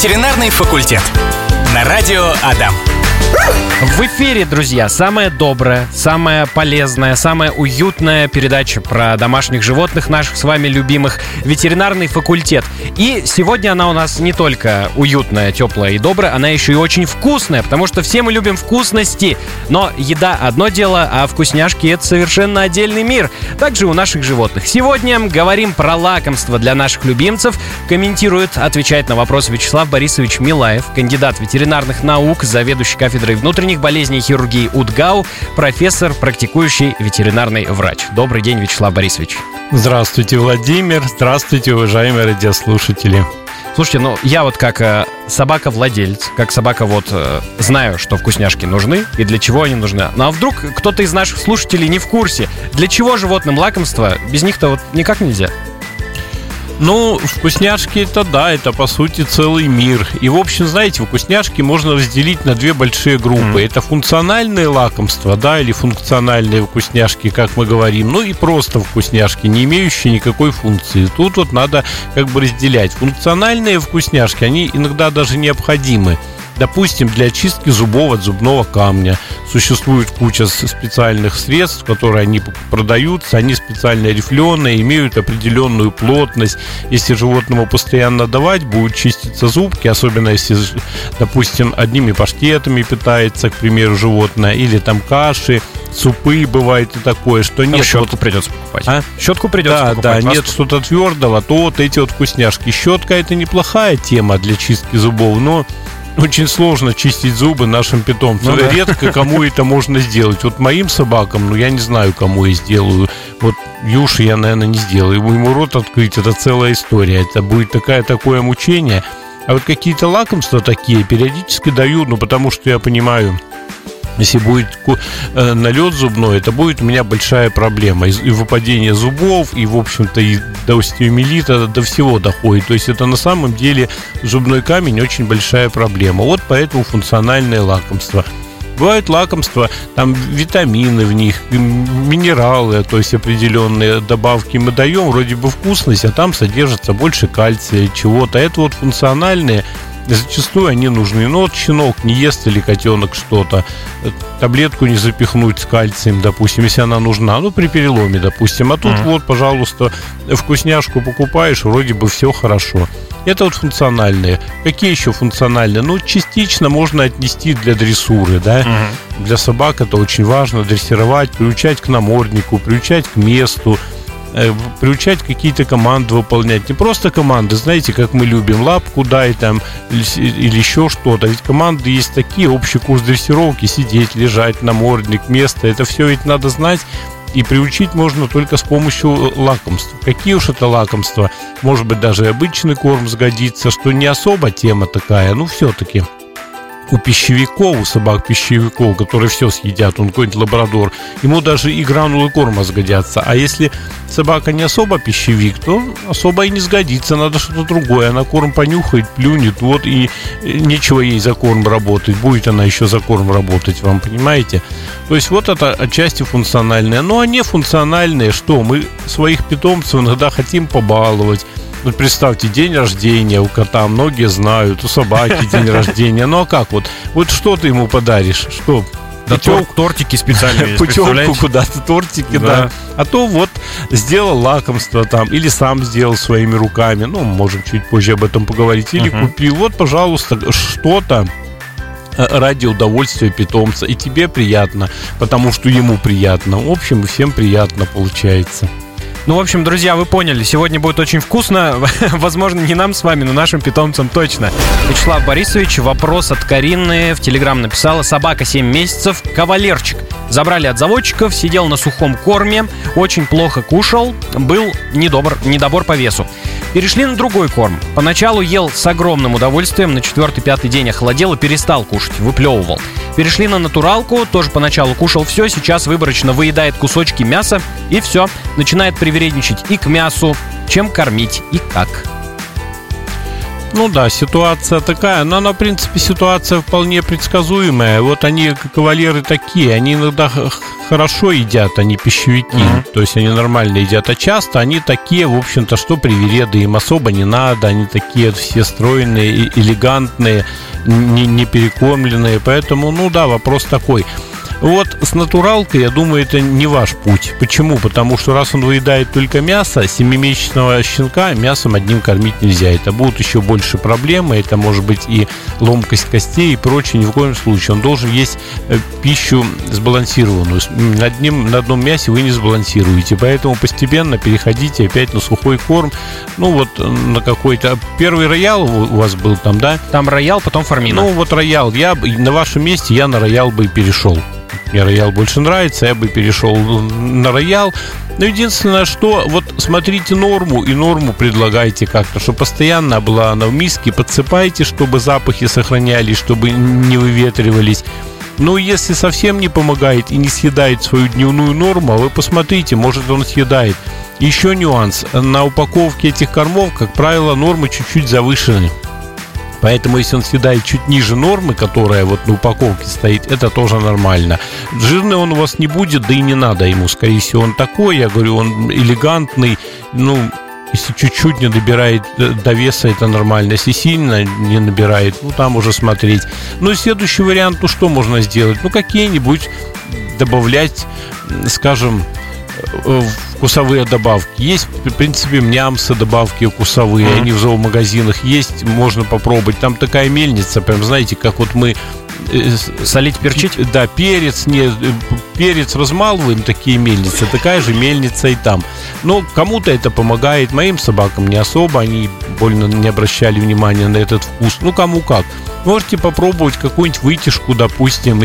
Ветеринарный факультет. На радио Адам. В эфире, друзья, самая добрая, самая полезная, самая уютная передача про домашних животных, наших с вами любимых, ветеринарный факультет. И сегодня она у нас не только уютная, теплая и добрая, она еще и очень вкусная, потому что все мы любим вкусности. Но еда одно дело, а вкусняшки — это совершенно отдельный мир. Также у наших животных. Сегодня говорим про лакомства для наших любимцев. Комментирует, отвечает на вопрос Вячеслав Борисович Милаев, кандидат ветеринарных наук, заведующий кафедрой внутренних болезней и хирургии УДГАУ, профессор, практикующий ветеринарный врач. Добрый день, Вячеслав Борисович. Здравствуйте, Владимир. Здравствуйте, уважаемые радиослушатели. Слушайте, я вот как собака-владелец, как собака знаю, что вкусняшки нужны и для чего они нужны. Ну а вдруг кто-то из наших слушателей не в курсе, для чего животным лакомства, без них-то никак нельзя? Вкусняшки это по сути целый мир. И, в общем, знаете, вкусняшки можно разделить на две большие группы. Это функциональные лакомства, или функциональные вкусняшки, как мы говорим. И просто вкусняшки, не имеющие никакой функции. Тут надо разделять. Функциональные вкусняшки, они иногда даже необходимы. Допустим, для очистки зубов от зубного камня существует куча специальных средств, которые они продаются. Они специально рифленые, имеют определенную плотность. Если животному постоянно давать, будут чиститься зубки. Особенно если, допустим, одними паштетами питается, к примеру, животное. Или каши, супы, бывает и такое, что нет. Щетку придется покупать. Щетку придется покупать. Нет что-то твердого, то эти вкусняшки. Щетка — это неплохая тема для чистки зубов, но очень сложно чистить зубы нашим питомцам. Редко кому это можно сделать. Моим собакам, я не знаю, кому я сделаю. Юше я, наверное, не сделаю. Ему рот открыть — это целая история. Это будет такое мучение. А какие-то лакомства такие периодически даю, потому что я понимаю, если будет налет зубной, это будет у меня большая проблема. И выпадение зубов, и, в общем-то, и до остеомиелита, до всего доходит. То есть это на самом деле зубной камень очень большая проблема. Поэтому функциональное лакомство. Бывают лакомства, витамины в них, минералы, то есть определенные добавки мы даем, вроде бы вкусность, а там содержится больше кальция, чего-то. Это функциональные. Зачастую они нужны. Щенок не ест или котенок что-то, таблетку не запихнуть с кальцием, допустим, если она нужна, при переломе, допустим. А тут пожалуйста, вкусняшку покупаешь, вроде бы все хорошо. Это функциональные. Какие еще функциональные? Частично можно отнести для дрессуры, Для собак это очень важно: дрессировать, приучать к наморднику, приучать к месту, приучать какие-то команды выполнять. Не просто команды, знаете, как мы любим: лапку дай или еще что-то. Ведь команды есть такие: общий курс дрессировки, сидеть, лежать, намордник, место. Это все ведь надо знать. И приучить можно только с помощью лакомств. Какие уж это лакомства? Может быть, даже обычный корм сгодится, что не особо тема такая, все-таки. У пищевиков, у собак-пищевиков, которые все съедят, какой-нибудь лабрадор, ему даже и гранулы корма сгодятся. А если собака не особо пищевик, то особо и не сгодится, надо что-то другое. Она корм понюхает, плюнет, и нечего ей за корм работать. Будет она еще за корм работать, вам понимаете? То есть это отчасти функциональное. А не функциональное, что мы своих питомцев иногда хотим побаловать. Представьте, день рождения у кота, многие знают, у собаки день рождения. А как что ты ему подаришь? Что? Да тортики специальные. Путевку куда-то, тортики, да. А то сделал лакомство или сам сделал своими руками. Можем чуть позже об этом поговорить. Или купил. Пожалуйста, что-то ради удовольствия питомца. И тебе приятно, потому что ему приятно. В общем, всем приятно получается. В общем, друзья, вы поняли, сегодня будет очень вкусно. Возможно, не нам с вами, но нашим питомцам точно. Вячеслав Борисович, вопрос от Карины в Телеграм написала: собака 7 месяцев, кавалерчик. Забрали от заводчиков, сидел на сухом корме, очень плохо кушал, был недобор по весу. Перешли на другой корм. Поначалу ел с огромным удовольствием, на 4-5 день охладел и перестал кушать, выплевывал. Перешли на натуралку, тоже поначалу кушал все, сейчас выборочно выедает кусочки мяса и все, начинает привередничать и к мясу, чем кормить и как. Ну да, ситуация такая, но она, в принципе, ситуация вполне предсказуемая. Вот они, кавалеры, такие, они иногда хорошо едят, они пищевики, то есть они нормально едят, а часто они такие, в общем-то, что привереды, им особо не надо, они такие все стройные, элегантные, не перекормленные, поэтому, ну да, вопрос такой. Вот с натуралкой, я думаю, это не ваш путь. Почему? Потому что раз он выедает только мясо, 7-месячного щенка мясом одним кормить нельзя. Это будут еще больше проблемы, это может быть и ломкость костей и прочее. Ни в коем случае. Он должен есть пищу сбалансированную. На одном мясе вы не сбалансируете. Поэтому постепенно переходите опять на сухой корм. Ну вот на какой-то... Первый роял у вас был там, да? Там роял, потом фармина. Ну вот роял. На вашем месте я на роял бы и перешел. Мне роял больше нравится, я бы перешел на роял. Но единственное, что вот смотрите норму и норму предлагайте как-то, чтобы постоянно была она в миске, подсыпайте, чтобы запахи сохранялись, чтобы не выветривались. Но если совсем не помогает и не съедает свою дневную норму, вы посмотрите, может он съедает. Еще нюанс. На упаковке этих кормов, как правило, нормы чуть-чуть завышены. Поэтому, если он съедает чуть ниже нормы, которая вот на упаковке стоит, это тоже нормально. Жирный он у вас не будет, да и не надо ему. Скорее всего, он такой, я говорю, он элегантный. Ну, если чуть-чуть не добирает до веса, это нормально. Если сильно не набирает, ну, там уже смотреть. Ну, и следующий вариант, ну, что можно сделать? Ну, какие-нибудь добавлять, скажем, вкусовые добавки. Есть, в принципе, мнямсы добавки вкусовые, они в зоомагазинах есть, можно попробовать. Там такая мельница, прям, знаете, как вот мы... Солить, перчить? Да, перец размалываем, такие мельницы. Такая же мельница и там. Но кому-то это помогает, моим собакам не особо, они больно не обращали внимания на этот вкус. Ну, кому как. Можете попробовать какую-нибудь вытяжку, допустим,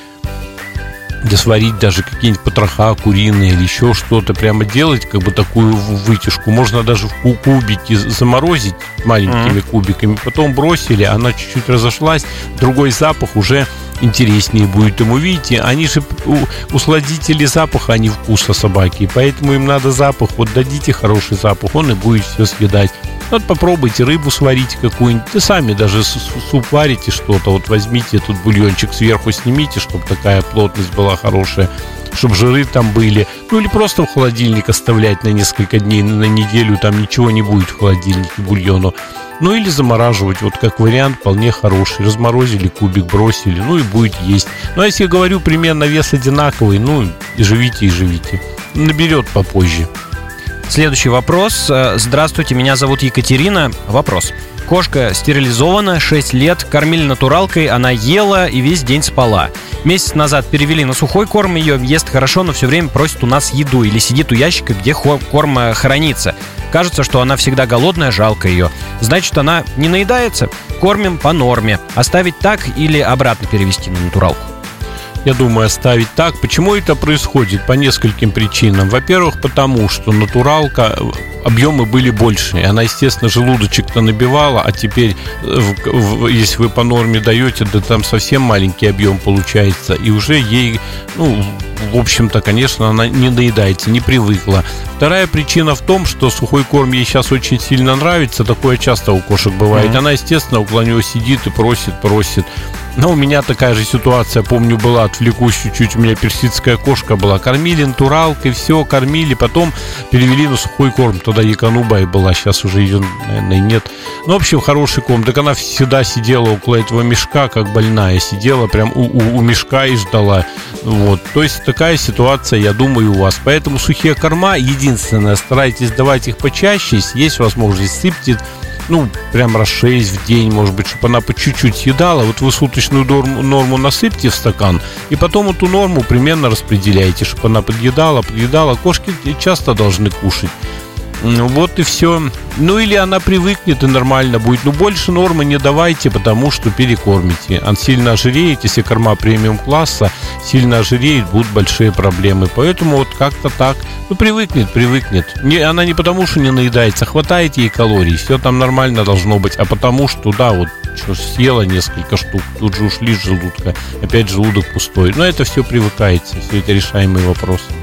где сварить даже какие-нибудь потроха куриные или еще что-то, прямо делать как бы такую вытяжку. Можно даже в кубики заморозить маленькими кубиками, потом бросили, она чуть-чуть разошлась, другой запах уже интереснее будет ему. Видите, они же усладители запаха, а не вкуса собаки, поэтому им надо запах. Вот дадите хороший запах, он и будет все съедать. Вот попробуйте рыбу сварить какую-нибудь. И сами даже суп варите что-то. Вот возьмите тут бульончик сверху, снимите, чтобы такая плотность была хорошая, чтобы жиры там были. Ну или просто в холодильник оставлять на несколько дней, на неделю. Там ничего не будет в холодильнике бульону. Ну или замораживать, вот как вариант вполне хороший. Разморозили кубик, бросили, ну и будет есть. Ну а если я говорю, примерно вес одинаковый, ну и живите. Наберет попозже. Следующий вопрос. Здравствуйте, меня зовут Екатерина. Вопрос. Кошка стерилизована, 6 лет, кормили натуралкой, она ела и весь день спала. Месяц назад перевели на сухой корм ее, ест хорошо, но все время просит у нас еду или сидит у ящика, где корм хранится. Кажется, что она всегда голодная, жалко ее. Значит, она не наедается? Кормим по норме. Оставить так или обратно перевести на натуралку? Я думаю, оставить так. Почему это происходит? По нескольким причинам. Во-первых, потому что натуралка, объемы были больше. Она, естественно, желудочек-то набивала, а теперь, если вы по норме даете, да там совсем маленький объем получается. И уже ей, ну, в общем-то, конечно, она не наедается, не привыкла. Вторая причина в том, что сухой корм ей сейчас очень сильно нравится. Такое часто у кошек бывает. Она, естественно, около него сидит и просит. Но у меня такая же ситуация, помню, была, отвлекусь чуть-чуть, у меня персидская кошка была. Кормили натуралкой, все, кормили, потом перевели на сухой корм. Тогда Якануба и была, сейчас уже ее, наверное, нет. Ну, в общем, хороший корм. Так она всегда сидела около этого мешка, как больная. Сидела прям у мешка и ждала. Вот. То есть такая ситуация, я думаю, у вас. Поэтому сухие корма, единственное, старайтесь давать их почаще. Если есть возможность, сыпьте, ну, прям раз 6 в день, может быть, чтобы она по чуть-чуть съедала. Вот вы суточную норму насыпьте в стакан, и потом эту норму примерно распределяйте, чтобы она подъедала. Кошки часто должны кушать. Вот и все. Ну или она привыкнет и нормально будет. Но больше нормы не давайте, потому что перекормите. Он сильно ожиреет, если корма премиум класса, сильно ожиреет, будут большие проблемы. Поэтому вот как-то так. Ну привыкнет. Она не потому, что не наедается, хватает ей калорий, все там нормально должно быть. А потому что, да, вот съела несколько штук, тут же ушли с желудка, опять желудок пустой. Но это все привыкается, все это решаемые вопросы.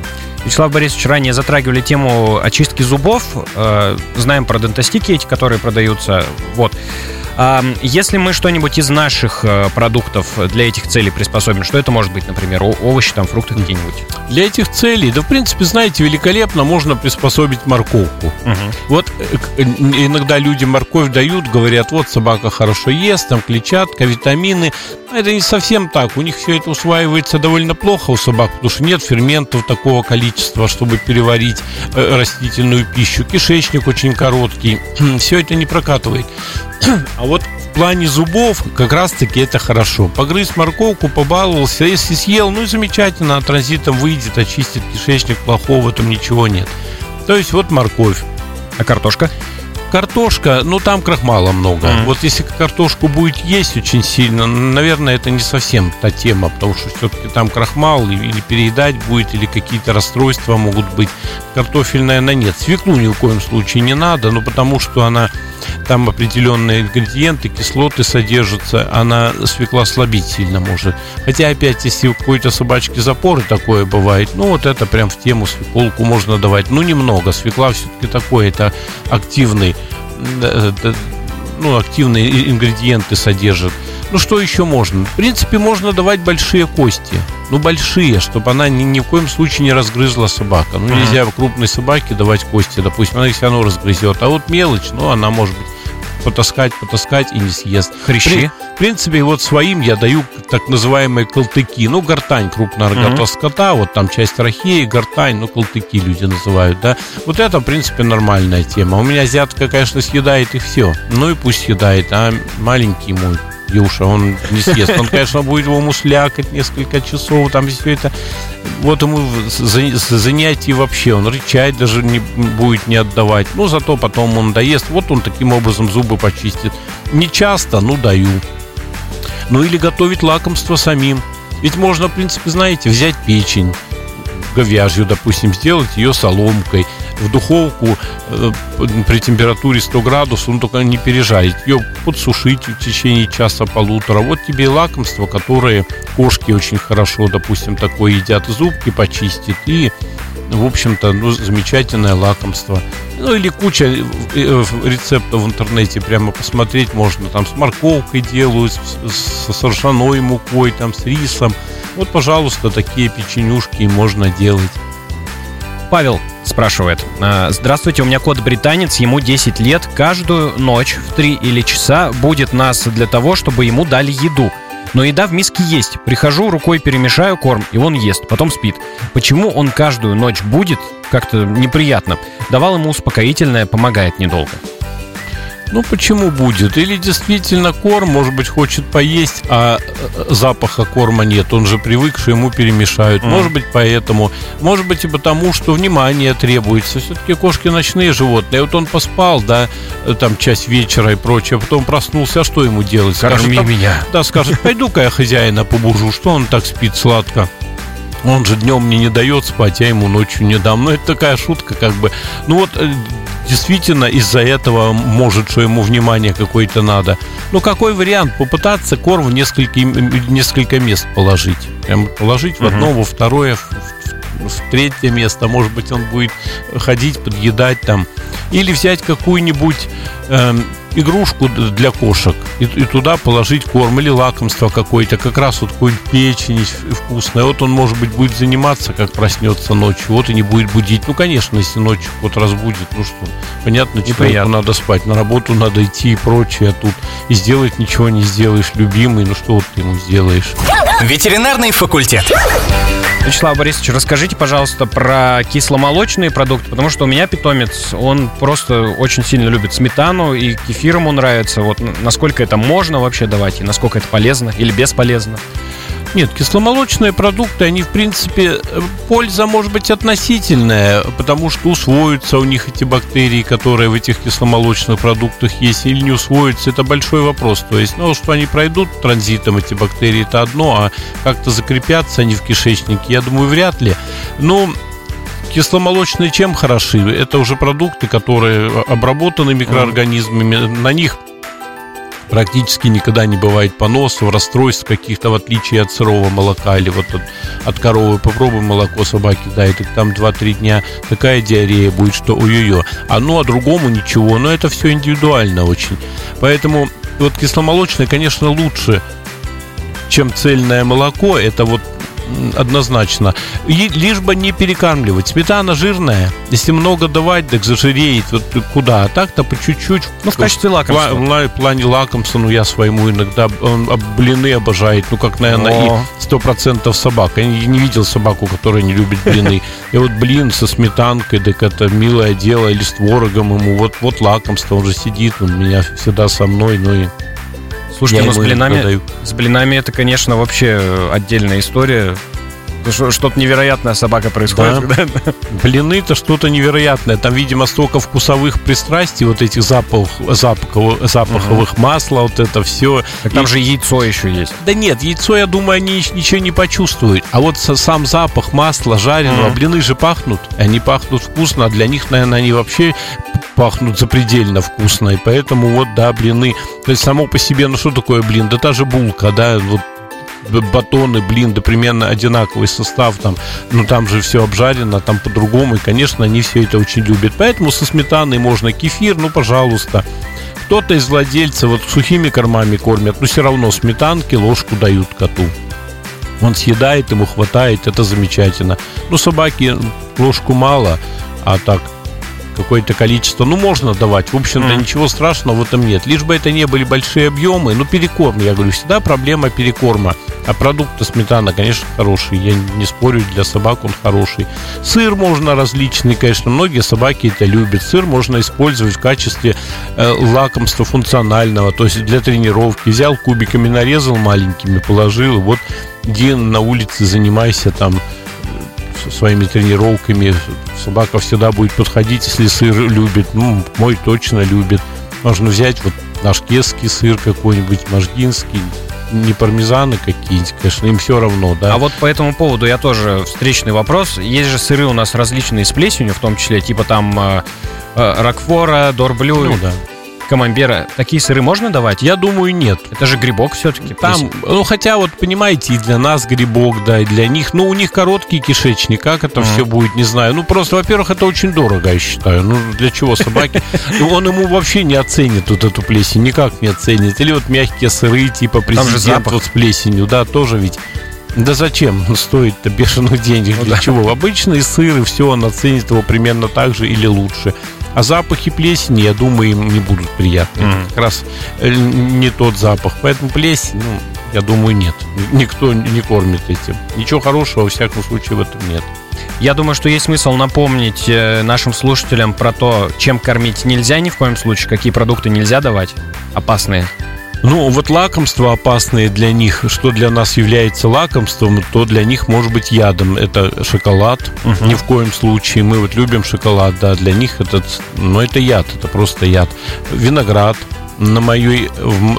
Вячеслав Борисович, ранее затрагивали тему очистки зубов. Знаем про дентостики эти, которые продаются. Вот. Если мы что-нибудь из наших продуктов для этих целей приспособим, что это может быть, например, овощи, там, фрукты какие-нибудь? Для этих целей, да, в принципе, знаете, великолепно можно приспособить морковку. Вот иногда люди морковь дают, говорят, вот собака хорошо ест, там клетчатка, витамины. Это не совсем так. У них все это усваивается довольно плохо у собак, потому что нет ферментов такого количества, чтобы переварить растительную пищу. Кишечник очень короткий. Все это не прокатывает. А вот в плане зубов как раз-таки это хорошо. Погрыз морковку, побаловался, если съел, ну и замечательно, транзитом выйдет, очистит кишечник, плохого там ничего нет. То есть вот морковь. А картошка? Картошка, ну там крахмала много. Вот если картошку будет есть очень сильно, наверное, это не совсем та тема, потому что все-таки там крахмал или переедать будет, или какие-то расстройства могут быть. Картофельная она нет. Свеклу ни в коем случае не надо, ну потому что она там определенные ингредиенты, кислоты содержатся, она свекла слабить сильно может. Хотя опять, если у какой-то собачки запоры такое бывает, ну вот это прям в тему, свеколку можно давать, ну немного. Свекла все-таки такой, это активные ингредиенты содержит. Ну что еще можно? В принципе, можно давать большие кости. Ну большие, чтобы она ни в коем случае не разгрызла собака. Ну нельзя крупной собаке давать кости, допустим, она их все равно разгрызет. А вот мелочь, ну она может быть потаскать и не съест. Хрящи? В принципе, вот своим я даю так называемые колтыки. Ну, гортань крупнорогатого скота, вот там часть трахеи, гортань, ну, колтыки люди называют, да. Вот это, в принципе, нормальная тема. У меня азиатка, конечно, съедает и все. Ну и пусть съедает, а маленький мой Юша, он не съест. Он, конечно, будет его муслякать несколько часов, там все это. Вот ему занятий вообще, он рычать даже не будет не отдавать. Ну, зато потом он доест. Вот он таким образом зубы почистит. Не часто, ну, даю. Ну, или готовить лакомство самим. Ведь можно, в принципе, знаете, взять печень говяжью, допустим, сделать ее соломкой, в духовку при температуре 100 градусов, ну только не пережарить, ее подсушить в течение часа-полутора. Вот тебе и лакомства, которые кошки очень хорошо, допустим, такое едят, зубки почистит, и, в общем-то, ну, замечательное лакомство. Ну или куча рецептов в интернете, прямо посмотреть можно, там с морковкой делают, с ржаной мукой, там с рисом. Вот, пожалуйста, такие печенюшки можно делать. Павел спрашивает: здравствуйте, у меня кот-британец, ему 10 лет. Каждую ночь в 3 или часа будет нас для того, чтобы ему дали еду. Но еда в миске есть. Прихожу, рукой перемешаю корм, и он ест, потом спит. Почему он каждую ночь будет? Как-то неприятно. Давал ему успокоительное, помогает недолго. Ну, почему будет? Или действительно корм, может быть, хочет поесть, а запаха корма нет. Он же привык, что ему перемешают. Может быть, поэтому. Может быть, и потому, что внимание требуется. Все-таки кошки ночные животные. Вот он поспал, да, там часть вечера и прочее, а потом проснулся, а что ему делать? Корми меня. Да, скажет, пойду-ка я хозяина побужу, что он так спит сладко. Он же днем мне не дает спать, я ему ночью не дам. Ну, это такая шутка, как бы. Ну, вот, действительно, из-за этого, может, что ему внимание какое-то надо. Ну, какой вариант? Попытаться корм в несколько мест положить. Прям положить в одно, во второе, в третье место. Может быть, он будет ходить, подъедать там. Или взять какую-нибудь игрушку для кошек и туда положить корм или лакомство какое-то, как раз вот какую-нибудь печень вкусная. Вот он, может быть, будет заниматься, как проснется ночью, вот и не будет будить. Ну, конечно, если ночью кот разбудит, ну что, понятно, человеку надо спать, на работу надо идти и прочее, а тут и сделать ничего не сделаешь, любимый, ну что вот ты ему сделаешь? Ветеринарный факультет. Вячеслав Борисович, расскажите, пожалуйста, про кисломолочные продукты, потому что у меня питомец, он просто очень сильно любит сметану, и кефир ему нравится. Вот насколько это можно вообще давать, и насколько это полезно или бесполезно? Нет, кисломолочные продукты, они, в принципе, польза может быть относительная, потому что усвоятся у них эти бактерии, которые в этих кисломолочных продуктах есть, или не усвоятся, это большой вопрос. То есть, ну, что они пройдут транзитом, эти бактерии, это одно, а как-то закрепятся они в кишечнике, я думаю, вряд ли. Но кисломолочные чем хороши? Это уже продукты, которые обработаны микроорганизмами, на них Практически никогда не бывает поносов, расстройств каких-то, в отличие от сырого молока. Или вот от коровы попробуй молоко собаке дает, и там 2-3 дня такая диарея будет, что ой-ой-ой. А другому ничего, но это все индивидуально очень. Поэтому вот кисломолочное, конечно, лучше, чем цельное молоко, это вот однозначно. И лишь бы не перекармливать. Сметана жирная, если много давать, так зажиреет. Вот куда? А так-то по чуть-чуть. В качестве лакомства. В плане лакомства, я своему иногда блины обожает. Как, наверное, и 100% собак. Я не видел собаку, которая не любит блины. И вот блин со сметанкой, так это милое дело. Или с творогом ему. Вот лакомство. Он же сидит, он у меня всегда со мной. И слушайте, с блинами это, конечно, вообще отдельная история. Что-то невероятное собака происходит. Да. Блины-то что-то невероятное. Там, видимо, столько вкусовых пристрастий, вот этих запаховых масла, вот это все. Так там же яйцо еще есть. Да нет, яйцо, я думаю, они ничего не почувствуют. А вот сам запах масла жареного, блины же пахнут. Они пахнут вкусно, а для них, наверное, они вообще пахнут запредельно вкусно. И поэтому блины. То есть само по себе, что такое блин? Да та же булка, вот батоны, блин, да примерно одинаковый состав там, там же все обжарено, там по-другому, и, конечно, они все это очень любят. Поэтому со сметаной можно кефир, пожалуйста. Кто-то из владельцев сухими кормами кормят, но все равно сметанки ложку дают коту. Он съедает, ему хватает, это замечательно. Собаки ложку мало, а так какое-то количество, можно давать. В общем-то, ничего страшного в этом нет. Лишь бы это не были большие объемы. Перекорм, я говорю, всегда проблема перекорма. А продукты сметана, конечно, хорошие. Я не спорю, для собак он хороший. Сыр можно различный, конечно. Многие собаки это любят. Сыр можно использовать в качестве лакомства функционального. То есть для тренировки. Взял кубиками, нарезал маленькими, положил. Вот иди на улице, занимайся там своими тренировками. Собака всегда будет подходить, если сыр любит. Мой точно любит. Можно взять наш кесский сыр какой-нибудь, можгинский, не пармезаны какие-нибудь, конечно, им все равно, да. А вот по этому поводу я тоже встречный вопрос. Есть же сыры у нас различные с плесенью, в том числе, типа там рокфора, дорблю, камамбера. Такие сыры можно давать? Я думаю, нет. Это же грибок все-таки. Там, хотя понимаете, и для нас грибок, да, и для них. У них короткий кишечник, как это все будет, не знаю. Просто, во-первых, это очень дорого, я считаю. Для чего собаки? Он ему вообще не оценит эту плесень, никак не оценит. Или мягкие сыры, типа президент с плесенью, да, тоже ведь. Да зачем? Стоит-то бешеных денег. Для чего? Обычные сыры, все, он оценит его примерно так же или лучше. А запахи плесени, я думаю, им не будут приятны. Как раз не тот запах. Поэтому плесень, я думаю, нет. Никто не кормит этим. Ничего хорошего, во всяком случае, в этом нет. Я думаю, что есть смысл напомнить нашим слушателям про то, чем кормить нельзя ни в коем случае, какие продукты нельзя давать, опасные. Лакомства опасные для них, что для нас является лакомством, то для них может быть ядом. Это шоколад. Ни в коем случае. Мы любим шоколад, да, для них это яд, это просто яд. Виноград. На моей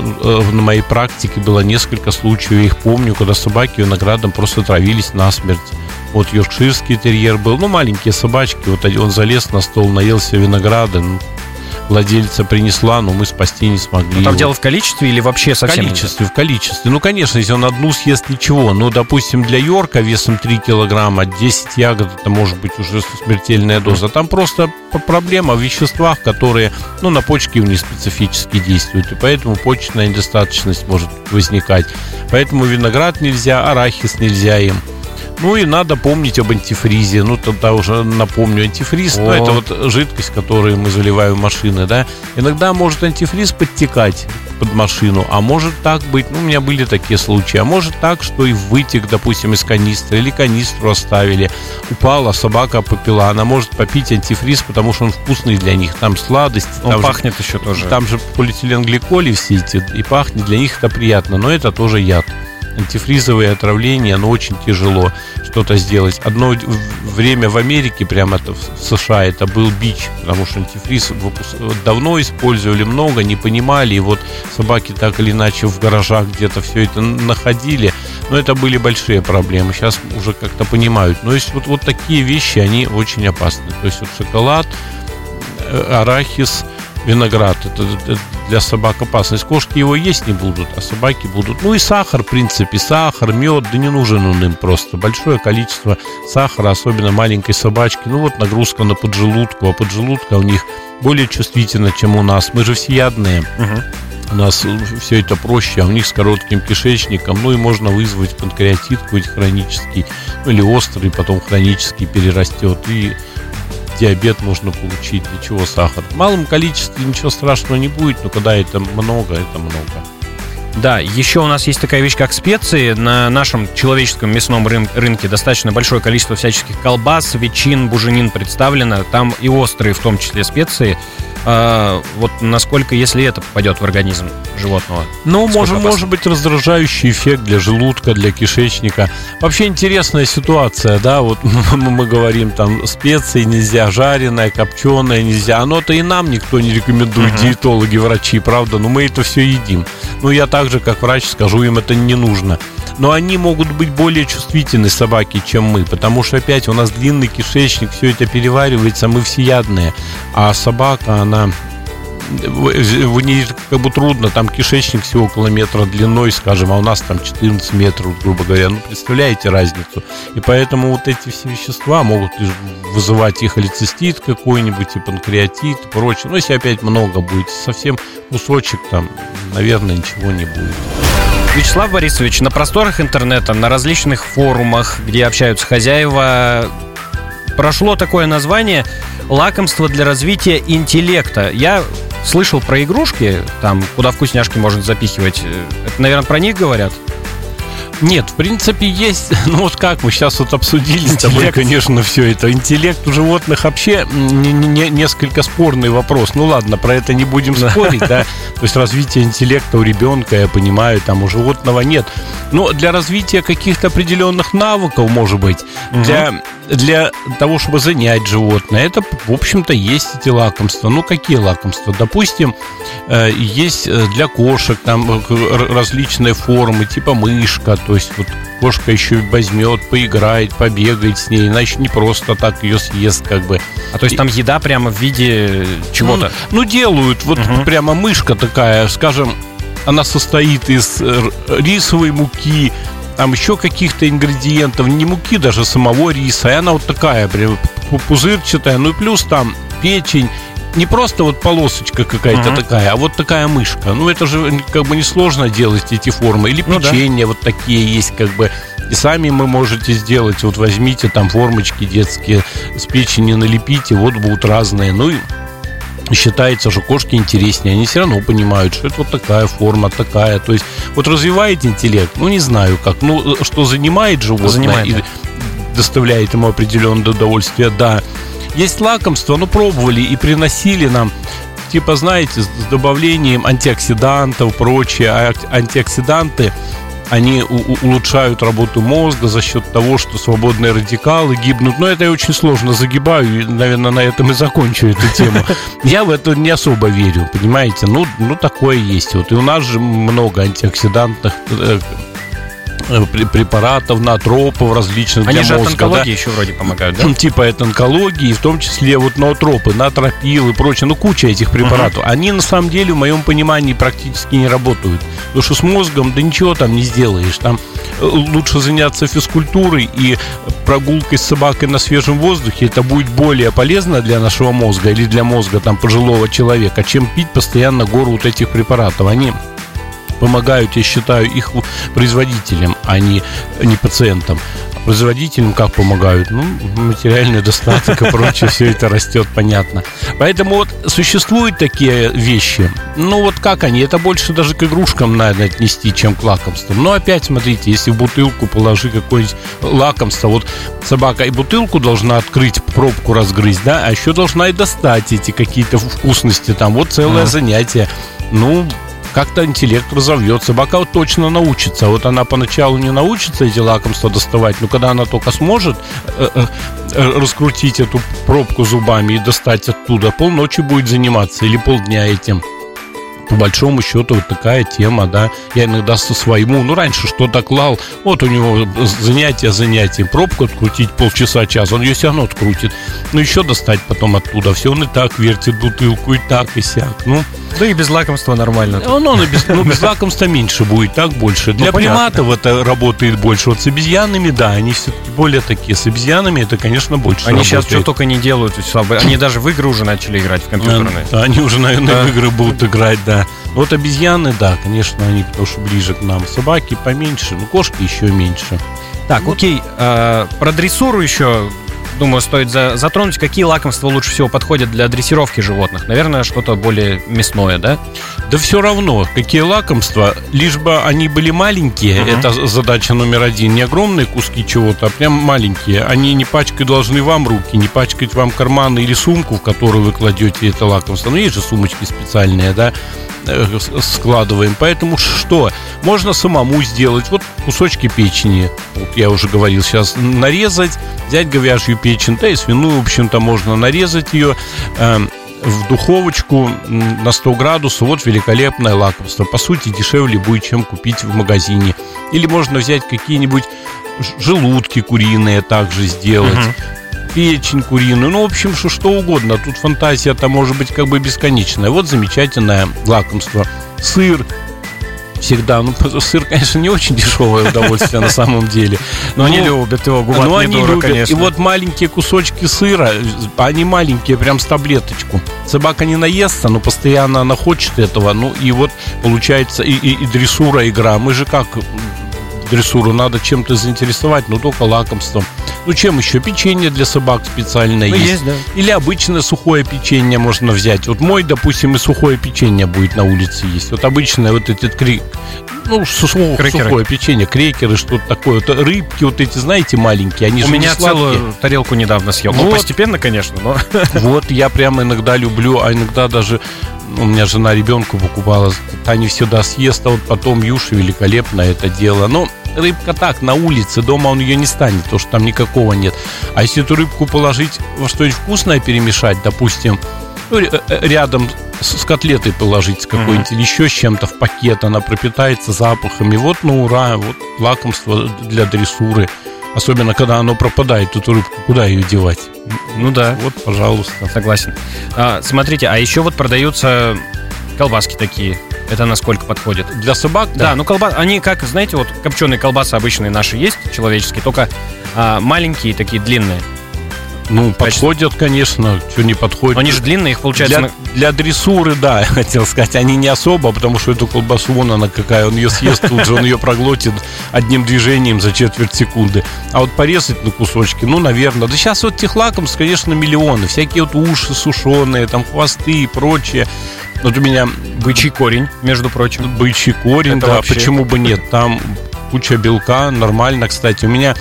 практике было несколько случаев, я их помню, когда собаки виноградом просто травились насмерть. Йоркширский терьер был, маленькие собачки, он залез на стол, наелся винограда, владельца принесла, но мы спасти не смогли. Там дело в количестве или вообще совсем? В количестве. Конечно, если он одну съест, ничего. Допустим, для Йорка весом 3 килограмма, 10 ягод, это может быть уже смертельная доза. Там просто проблема в веществах, которые, на почки у них специфически действуют. И поэтому почечная недостаточность может возникать. Поэтому виноград нельзя, арахис нельзя им. И надо помнить об антифризе. Тогда уже напомню, антифриз, это жидкость, которую мы заливаем в машины, да. Иногда может антифриз подтекать под машину, а может так быть, у меня были такие случаи, а может так, что и вытек, допустим, из канистры, или канистру оставили, упала, собака попила, она может попить антифриз, потому что он вкусный для них, там сладость. Он пахнет еще тоже. Там же полиэтиленгликоли все эти, и пахнет, для них это приятно, но это тоже яд. Антифризовые отравления, очень тяжело что-то сделать. Одно время в Америке, прямо в США, это был бич, потому что антифриз давно использовали, много, не понимали, и собаки так или иначе в гаражах где-то все это находили, но это были большие проблемы. Сейчас уже как-то понимают. Но есть такие вещи, они очень опасны. То есть шоколад, арахис, виноград, это для собак опасность. Кошки его есть не будут, а собаки будут. Ну и сахар, в принципе, сахар, мед, да не нужен он им просто. Большое количество сахара, особенно маленькой собачки. Ну вот нагрузка на поджелудку, а поджелудка у них более чувствительна, чем у нас. Мы же всеядные. У нас все это проще, а у них с коротким кишечником. Ну и можно вызвать панкреатит какой-то хронический, ну или острый, потом хронический перерастет. И диабет можно получить. Для чего сахар? В малом количестве ничего страшного не будет, но когда это много, это много. Да, еще у нас есть такая вещь, как специи. На нашем человеческом мясном рынке достаточно большое количество всяческих колбас, ветчин, буженин представлено. Там и острые, в том числе, специи. Вот насколько, если это попадет в организм животного? Ну, может быть раздражающий эффект для желудка, для кишечника. Вообще интересная ситуация, да, вот мы говорим, там, специи нельзя, жареное, копченое нельзя. Оно-то и нам никто не рекомендует, диетологи, врачи, правда, но мы это все едим. Ну, я так же, как врач, скажу, им это не нужно. Но они могут быть более чувствительны, собаки, чем мы, потому что, опять, у нас длинный кишечник, все это переваривается, мы всеядные. А собака, она... В ней как бы трудно, там кишечник всего около метра длиной, скажем, а у нас там 14 метров, грубо говоря. Ну, представляете разницу? И поэтому вот эти все вещества могут вызывать и холецистит какой-нибудь, и панкреатит, и прочее. Но если опять много будет, совсем кусочек там, наверное, ничего не будет. Вячеслав Борисович, на просторах интернета, на различных форумах, где общаются хозяева, прошло такое название «Лакомство для развития интеллекта». Я слышал про игрушки, там, куда вкусняшки можно запихивать. Это, наверное, про них говорят? Нет, в принципе, есть. Ну вот как мы сейчас вот обсудили с тобой, конечно, все это. Интеллект у животных вообще несколько спорный вопрос. Ну ладно, про это не будем спорить, да. То есть развитие интеллекта у ребенка, я понимаю, там у животного нет. Но для развития каких-то определенных навыков, может быть, для того, чтобы занять животное, это, в общем-то, есть эти лакомства. Ну, какие лакомства? Допустим, есть для кошек там различные формы, типа мышка. То есть вот кошка еще возьмет, поиграет, побегает с ней, иначе не просто так ее съест, как бы. А то есть там еда прямо в виде чего-то? Ну делают, вот прямо мышка такая, скажем, она состоит из рисовой муки, там еще каких-то ингредиентов, не муки даже, самого риса, и она вот такая прям пузырчатая, ну и плюс там печень. Не просто вот полосочка какая-то такая, а вот такая мышка. Ну, это же как бы несложно делать эти формы. Или печенье вот такие есть как бы. И сами вы можете сделать. Вот возьмите там формочки детские, с печени налепите, вот будут разные. Ну, и считается, что кошки интереснее. Они все равно понимают, что это вот такая форма, такая. То есть, вот развиваете интеллект, ну, не знаю как. Ну, что занимает животное и доставляет ему определенное удовольствие, да. Есть лакомства, ну, пробовали и приносили нам, типа, знаете, с добавлением антиоксидантов, прочее. А антиоксиданты, они улучшают работу мозга за счет того, что свободные радикалы гибнут. Но это я очень сложно загибаю, и, наверное, на этом и закончу эту тему. Я в это не особо верю, понимаете? Ну, такое есть. Вот и у нас же много антиоксидантных препаратов, ноотропов различных они для мозга. Они же от онкологии еще вроде помогают, да? Типа от онкологии, в том числе вот ноотропы, натропил и прочее, ну куча этих препаратов. Они на самом деле, в моем понимании, практически не работают. Потому что с мозгом, да ничего там не сделаешь. Там лучше заняться физкультурой и прогулкой с собакой на свежем воздухе. Это будет более полезно для нашего мозга или для мозга там пожилого человека, чем пить постоянно гору вот этих препаратов. Они помогают, я считаю, их производителям, а не пациентам. Производителям как помогают? Ну, материальный достаток и прочее, все это растет, понятно. Поэтому вот существуют такие вещи. Ну, вот как они? Это больше даже к игрушкам надо отнести, чем к лакомствам. Но опять, смотрите, если в бутылку положи какое-нибудь лакомство, вот собака и бутылку должна открыть, пробку разгрызть, да, а еще должна и достать эти какие-то вкусности, там, вот целое занятие. Ну, как-то интеллект разовьется. Собака вот точно научится. Вот она поначалу не научится эти лакомства доставать, но когда она только сможет раскрутить эту пробку зубами и достать оттуда, полночи будет заниматься или полдня этим. По большому счету вот такая тема, да. Я иногда со своему, ну раньше что-то клал, вот у него занятие, пробку открутить полчаса-час, он ее все равно открутит. Ну еще достать потом оттуда, все он и так вертит бутылку, и так, и сяк. Ну, Да и без лакомства нормально. Без лакомства меньше будет, так больше. Для приматов это работает больше. Вот с обезьянами, да, они все-таки более такие. С обезьянами это, конечно, больше Они работает. сейчас что только не делают. Они даже в игры уже начали играть, в компьютерные. Они уже, наверное, в игры будут играть, да. Вот обезьяны, да, конечно, они потому что ближе к нам. Собаки поменьше, кошки еще меньше. Так, окей, про дрессуру еще, думаю, стоит затронуть. Какие лакомства лучше всего подходят для дрессировки животных? Наверное, что-то более мясное, да? Да все равно, какие лакомства, лишь бы они были маленькие, это задача номер один. Не огромные куски чего-то, а прям маленькие. Они не пачкать должны вам руки, не пачкать вам карманы или сумку, в которую вы кладете это лакомство. Есть же сумочки специальные, да, складываем. Поэтому что? Можно самому сделать. Вот кусочки печени, вот я уже говорил, сейчас нарезать, взять говяжью печень, да и свиную, в общем-то, можно нарезать ее в духовочку на 100 градусов. Вот великолепное лакомство. По сути, дешевле будет, чем купить в магазине. Или можно взять какие-нибудь желудки куриные также сделать. Печень куриную, в общем, что угодно. Тут фантазия-то может быть как бы бесконечная. Вот замечательное лакомство. Сыр. Всегда, сыр, конечно, не очень дешевое удовольствие на самом деле. Но они любят его, губат недорого, конечно. И вот маленькие кусочки сыра, они маленькие, прям с таблеточку. Собака не наестся, но постоянно она хочет этого. И вот получается и дрессура, игра. Мы же как дрессуру надо чем-то заинтересовать, только лакомством. Чем еще? Печенье для собак специальное есть. Да. Или обычное сухое печенье можно взять. Вот мой, допустим, и сухое печенье будет на улице есть. Вот обычное вот эти сухое печенье, крекеры, что-то такое. Вот рыбки вот эти, знаете, маленькие, они же не сладкие. У меня целую тарелку недавно съел. Постепенно, конечно, но... Вот, я прямо иногда люблю, а иногда даже... У меня жена ребенку покупала, Таня всегда съест, а вот потом Юша великолепно это дело. Но рыбка так, на улице, дома он ее не станет, потому что там никакого нет. А если эту рыбку положить во что-нибудь вкусное, перемешать, допустим, рядом с котлетой положить, с какой-нибудь, или еще с чем-то в пакет, она пропитается запахами. Вот на ура, вот лакомство для дрессуры. Особенно, когда оно пропадает, эту рыбку, куда ее девать? Да. Вот, пожалуйста. Согласен. Смотрите, а еще вот продаются колбаски такие. Это насколько подходит? Для собак? Да, они как, знаете, вот копченые колбасы обычные наши есть, человеческие, только маленькие, такие длинные. Подходят, конечно, что не подходит. Но они же длинные, их получается... Для дрессуры, да, хотел сказать, они не особо, потому что эту колбасу, вон она какая, он ее съест тут же, он ее проглотит одним движением за четверть секунды. А вот порезать на кусочки, наверное. Да сейчас вот тех лакомств, конечно, миллионы. Всякие вот уши сушеные, там хвосты и прочее. Вот у меня... Бычий корень, между прочим. Бычий корень, это да, вообще... почему бы нет. Там куча белка, нормально, кстати. У меня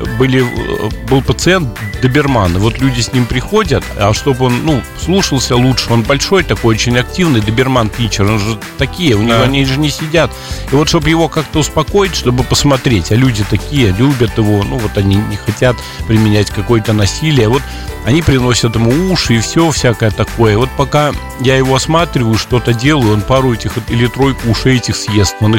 был пациент доберман, и вот люди с ним приходят, а чтобы он, слушался лучше, он большой такой, очень активный, доберман-питчер, он же такие, у него они же не сидят. И вот чтобы его как-то успокоить, чтобы посмотреть, а люди такие, любят его, вот они не хотят применять какое-то насилие, вот они приносят ему уши и все всякое такое. Вот пока я его осматриваю, что-то делаю, он пару этих или тройку ушей этих съест, он их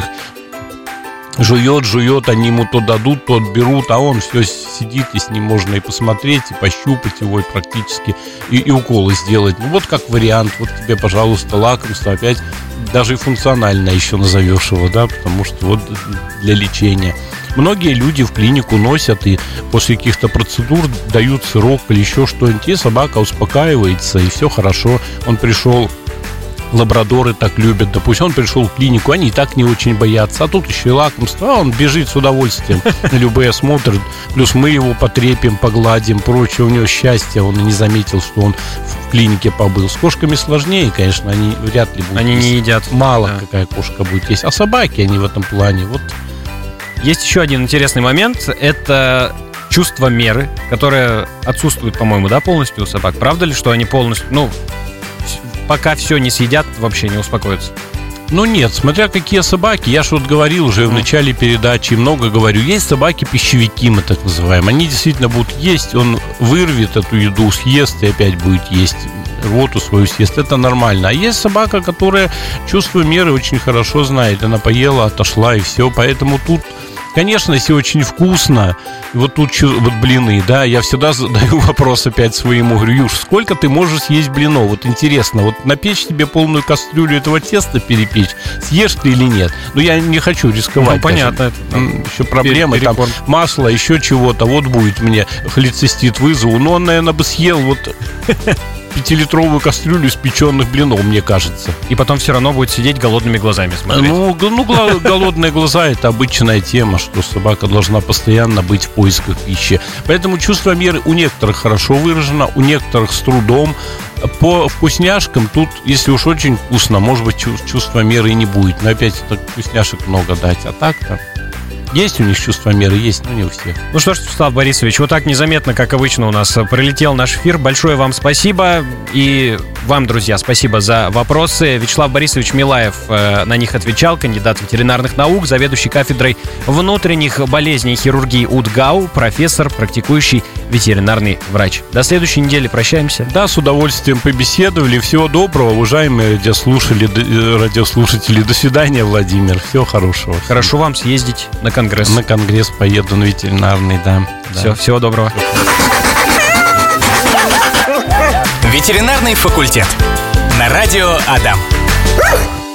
жует, они ему то дадут, то отберут, а он все сидит, и с ним можно и посмотреть, и пощупать его, и практически, и уколы сделать. Вот как вариант, вот тебе, пожалуйста, лакомство, опять даже и функционально еще назовешь его, да, потому что вот для лечения. Многие люди в клинику носят и после каких-то процедур дают сырок или еще что-нибудь, и собака успокаивается, и все хорошо. Он пришел... Лабрадоры так любят, допустим, он пришел в клинику, они и так не очень боятся, а тут еще и лакомство, он бежит с удовольствием, любые смотрят, плюс мы его потрепим, погладим, прочее, у него счастье, он и не заметил, что он в клинике побыл. С кошками сложнее, конечно, они вряд ли будут. Они не едят. Мало какая кошка будет есть, а собаки, они в этом плане, вот. Есть еще один интересный момент, это чувство меры, которое отсутствует, по-моему, да, полностью у собак. Правда ли, что они полностью, пока все не съедят, вообще не успокоятся? Нет, смотря какие собаки. Я же вот говорил уже в начале передачи, много говорю. Есть собаки-пищевики, мы так называем. Они действительно будут есть, он вырвет эту еду, съест и опять будет есть. Рвоту свою съест, это нормально. А есть собака, которая чувство меры очень хорошо знает. Она поела, отошла и все. Поэтому тут Конечно, если очень вкусно, вот тут вот блины, да, я всегда задаю вопрос опять своему, говорю: Юж, сколько ты можешь съесть блинов? Вот интересно, вот напечь тебе полную кастрюлю этого теста, перепечь, съешь ты или нет? Ну, я не хочу рисковать. Ну, понятно. Еще проблемы, там масло, еще чего-то, вот будет мне холецистит вызову, но он, наверное, бы съел вот 5-литровую кастрюлю испеченных блинов, мне кажется. И потом все равно будет сидеть голодными глазами смотреть. Ну, голодные глаза — это обычная тема, что собака должна постоянно быть в поисках пищи. Поэтому чувство меры у некоторых хорошо выражено, у некоторых с трудом. По вкусняшкам тут, если уж очень вкусно, может быть, чувства меры и не будет. Но опять это вкусняшек много дать. А так-то есть у них чувство меры, есть, но не у всех. Ну что ж, Вячеслав Борисович, вот так незаметно, как обычно, у нас пролетел наш эфир. Большое вам спасибо. И вам, друзья, спасибо за вопросы. Вячеслав Борисович Милаев на них отвечал, кандидат ветеринарных наук, заведующий кафедрой внутренних болезней и хирургии УДГАУ, профессор, практикующий ветеринарный врач. До следующей недели прощаемся. Да, с удовольствием побеседовали. Всего доброго, уважаемые радиослушатели. До свидания, Владимир. Всего хорошего. Хорошо вам съездить на конгресс. На конгресс поеду, на ветеринарный, да. Все, всего доброго. Ветеринарный факультет. На радио Адам.